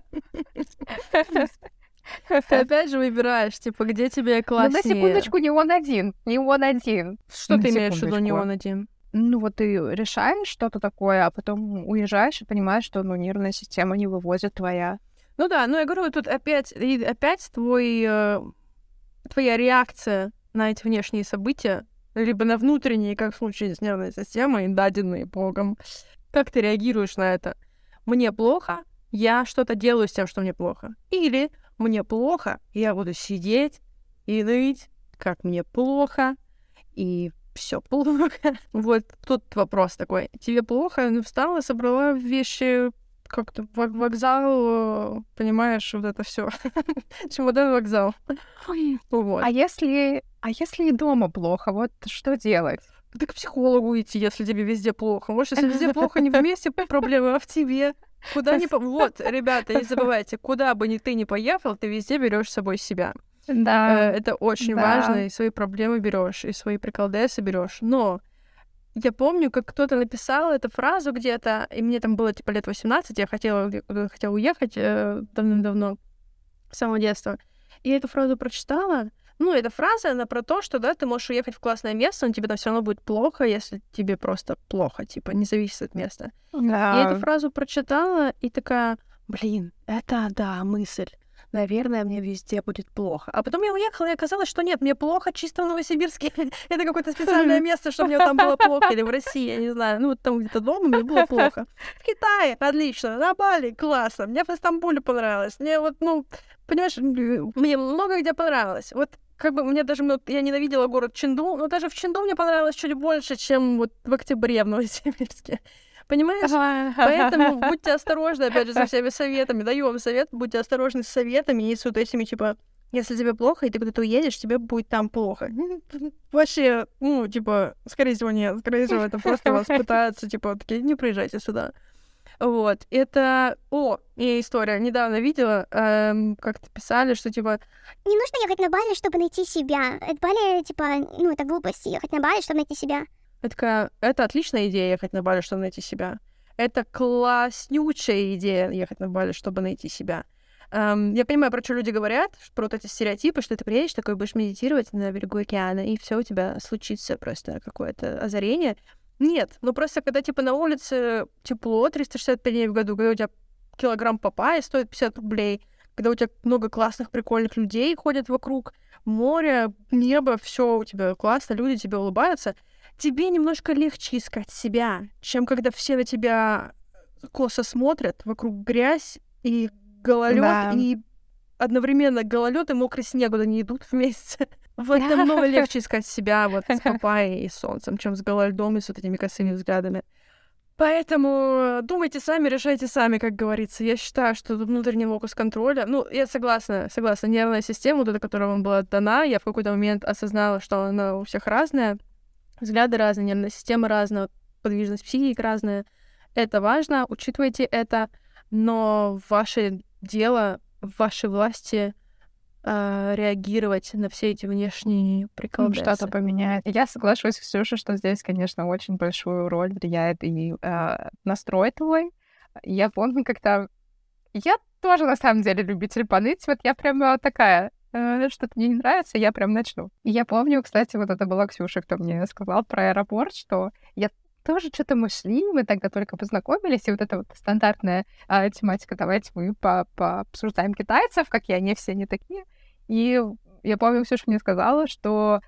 Ты опять же выбираешь, типа, где тебе класснее. Но на секундочку не он один, не он один. Что ты имеешь в виду не он один? Ну, вот ты решаешь что-то такое, а потом уезжаешь и понимаешь, что, ну, нервная система не вывозит твоя. Ну да, ну я говорю, тут опять, и опять твой, э, твоя реакция на эти внешние события, либо на внутренние, как в случае с нервной системой, даденные Богом. Как ты реагируешь на это? Мне плохо, я что-то делаю с тем, что мне плохо. Или мне плохо, я буду сидеть и ныть, как мне плохо, и все плохо. Вот тут вопрос такой. Тебе плохо? Ну, встала, собрала вещи, как-то вокзал, понимаешь, вот это все. Чемодан, вокзал. Вот. А если, а если и дома плохо, вот что делать? Да к психологу идти, если тебе везде плохо. Может, если везде плохо, не вместе проблемы, а в тебе. Куда ни по... Вот, ребята, не забывайте, куда бы ни ты ни поехал, ты везде берешь с собой себя. Да. Это очень да. важно, и свои проблемы берешь, и свои приколдесы берешь. Но я помню, как кто-то написал эту фразу где-то, и мне там было типа лет восемнадцать, я хотела, хотела уехать э, давным-давно, с самого детства. И я эту фразу прочитала. Ну, эта фраза, она про то, что, да, ты можешь уехать в классное место, но тебе там все равно будет плохо, если тебе просто плохо, типа, не зависит от места. Да. Я эту фразу прочитала и такая, блин, это, да, мысль. Наверное, мне везде будет плохо. А потом я уехала, и оказалось, что нет, мне плохо чисто в Новосибирске. Это какое-то специальное место, что мне там было плохо, или в России, я не знаю. Ну, вот там где-то дома мне было плохо. В Китае отлично, на Бали классно, мне в Стамбуле понравилось. Мне вот, ну, понимаешь, мне много где понравилось. Вот как бы мне даже, вот, я ненавидела город Чэнду, но даже в Чэнду мне понравилось чуть больше, чем вот в октябре в Новосибирске. Понимаешь? Поэтому будьте осторожны, опять же, со всеми советами. Даю вам совет, будьте осторожны с советами и с вот этими, типа, если тебе плохо, и ты куда-то уедешь, тебе будет там плохо. Вообще, ну, типа, скорее всего, нет. Скорее всего, это просто вас пытаются, типа, такие, не приезжайте сюда. Вот. Это... О, и история. Недавно видела, эм, как-то писали, что, типа... Не нужно ехать на Бали, чтобы найти себя. Это Бали, типа, ну, это глупость. Ехать на Бали, чтобы найти себя. Я такая, это отличная идея ехать на Бали, чтобы найти себя. Это класснючая идея ехать на Бали, чтобы найти себя. Um, я понимаю, про что люди говорят, про вот эти стереотипы, что ты приедешь, такой будешь медитировать на берегу океана, и все у тебя случится просто какое-то озарение. Нет, ну просто когда типа на улице тепло, триста шестьдесят пять дней в году, когда у тебя килограмм папайи стоит пятьдесят рублей, когда у тебя много классных, прикольных людей ходят вокруг, море, небо, все у тебя классно, люди тебе улыбаются, тебе немножко легче искать себя, чем когда все на тебя косо смотрят, вокруг грязь и гололед, да. и одновременно гололед и мокрый снег куда не идут вместе. Вот намного легче искать себя вот с папайей и солнцем, чем с гололедом и с вот этими косыми взглядами. Поэтому думайте сами, решайте сами, как говорится. Я считаю, что внутренний локус контроля... Ну, я согласна, согласна. Нервная система, вот эта, которая вам была дана, я в какой-то момент осознала, что она у всех разная. Взгляды разные, нервная система разная, подвижность психики разная. Это важно, учитывайте это, но ваше дело, в вашей власти э, реагировать на все эти внешние приколдесы. Что-то поменяет. Я соглашусь, Ксюша, что здесь, конечно, очень большую роль влияет и э, настрой твой. Я помню, когда... Я тоже, на самом деле, любитель поныть. Вот я прям такая... что-то мне не нравится, я прям начну. И я помню, кстати, вот это была Ксюша, кто мне сказал про аэропорт, что я тоже что-то мы шли, мы тогда только познакомились, и вот эта вот стандартная а, тематика, давайте мы по пообсуждаем китайцев, какие они все не такие. И я помню, Ксюша мне сказала, что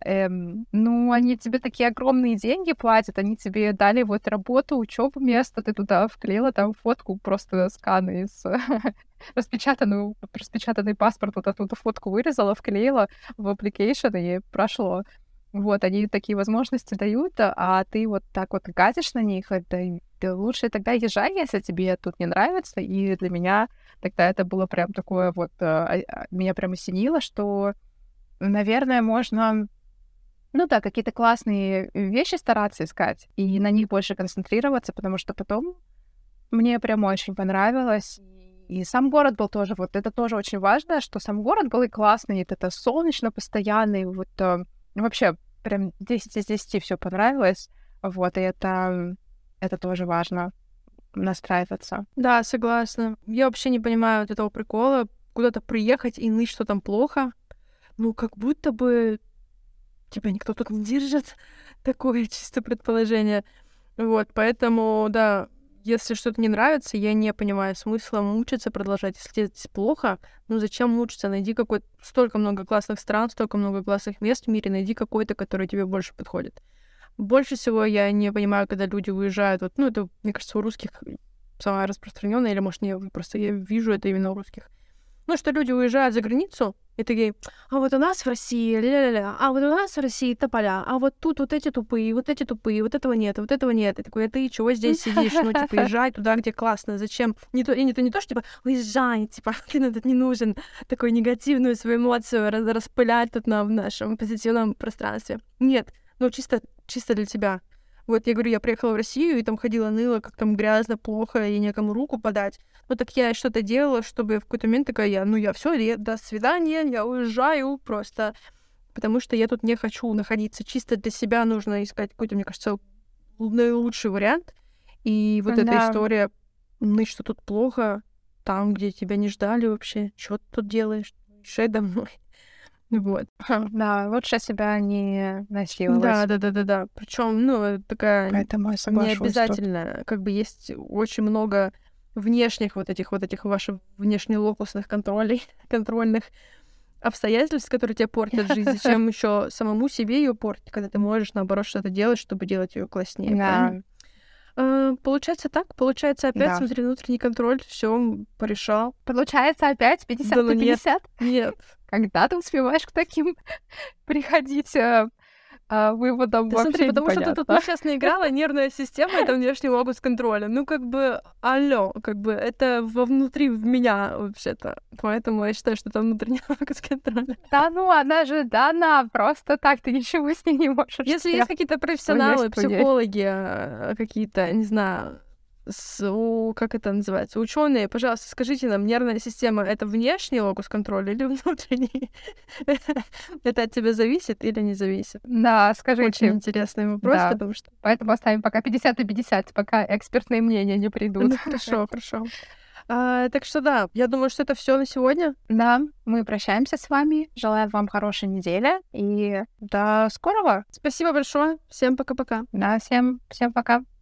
эм, ну, они тебе такие огромные деньги платят, они тебе дали вот работу, учебу, место, ты туда вклеила там фотку, просто скан из распечатанную, распечатанный паспорт, вот эту фотку вырезала, вклеила в application, и прошло. Вот, они такие возможности дают, а ты вот так вот гадишь на них, это, да лучше тогда езжай, если тебе тут не нравится. И для меня тогда это было прям такое вот... Меня прям осенило, что, наверное, можно... Ну да, какие-то классные вещи стараться искать и на них больше концентрироваться, потому что потом мне прям очень понравилось. И сам город был тоже... Вот это тоже очень важно, что сам город был и классный, и это солнечно постоянно, и вот... Вообще, прям десять из десяти все понравилось. Вот, и это, это тоже важно, настраиваться. Да, согласна. Я вообще не понимаю вот этого прикола. Куда-то приехать и ныть, что там плохо. Ну, как будто бы тебя никто тут не держит. Такое чисто предположение. Вот, поэтому, да, если что-то не нравится, я не понимаю смысла мучиться, продолжать. Если тебе здесь плохо, ну зачем мучиться? Найди какой-то... Столько много классных стран, столько много классных мест в мире, найди какой-то, который тебе больше подходит. Больше всего я не понимаю, когда люди уезжают. Вот, ну, это, мне кажется, у русских самое распространённое, или, может, не просто я вижу это именно у русских. Ну, что люди уезжают за границу, и такие, а вот у нас в России, ля-ля-ля, а вот у нас в России тополя, а вот тут вот эти тупые, вот эти тупые, вот этого нет, вот этого нет. И такой, а ты чего здесь сидишь? Ну, типа, езжай туда, где классно, зачем? Не то, и не то, не то, что, типа, уезжай, типа, ты этот не нужен, такую негативную свою эмоцию раз, распылять тут на, в нашем позитивном пространстве. Нет, ну, чисто, чисто для тебя. Вот, я говорю, я приехала в Россию, и там ходила, ныла, как там грязно, плохо, и некому руку подать. Ну, так я что-то делала, чтобы в какой-то момент такая, я, ну, я все, до свидания, я уезжаю просто, потому что я тут не хочу находиться. Чисто для себя нужно искать какой-то, мне кажется, наилучший вариант. И вот да. Эта история, ныть, что тут плохо, там, где тебя не ждали вообще, что ты тут делаешь, езжай домой. Вот. Да, лучше себя не насиловать. Да, да, да, да, да. Причем, ну, такая Поэтому я соглашусь не обязательно. Тут. Как бы есть очень много внешних вот этих вот этих ваших внешнелокусных контролей, контрольных обстоятельств, которые тебе портят жизнь, чем еще самому себе ее портить, когда ты можешь, наоборот, что-то делать, чтобы делать ее класснее. Да. А, получается так, получается опять, да. Смотри, внутренний контроль, все порешал. Получается опять пятьдесят на пятьдесят? Нет, нет. Когда ты успеваешь к таким приходить а, а, выводам, да, вообще смотри, потому непонятно. что ты тут нечестно играла, нервная система — это внешний локус контроля. Ну, как бы, алло, как бы, это вовнутри в меня, вообще-то. Поэтому я считаю, что это внутренний локус контроля. Да ну, она же дана, просто так, ты ничего с ней не можешь Если сделать. есть какие-то профессионалы, психологи, какие-то, не знаю... С, у, как это называется, ученые, пожалуйста, скажите нам, нервная система — это внешний локус контроля или внутренний? Это от тебя зависит или не зависит? Да, скажите. Очень интересный вопрос, да. потому что... Поэтому оставим пока пятьдесят на пятьдесят, пока экспертные мнения не придут. Да, хорошо, хорошо. А, так что да, я думаю, что это все на сегодня. Да, мы прощаемся с вами. Желаем вам хорошей недели и до скорого. Спасибо большое. Всем пока-пока. Да, всем, всем пока.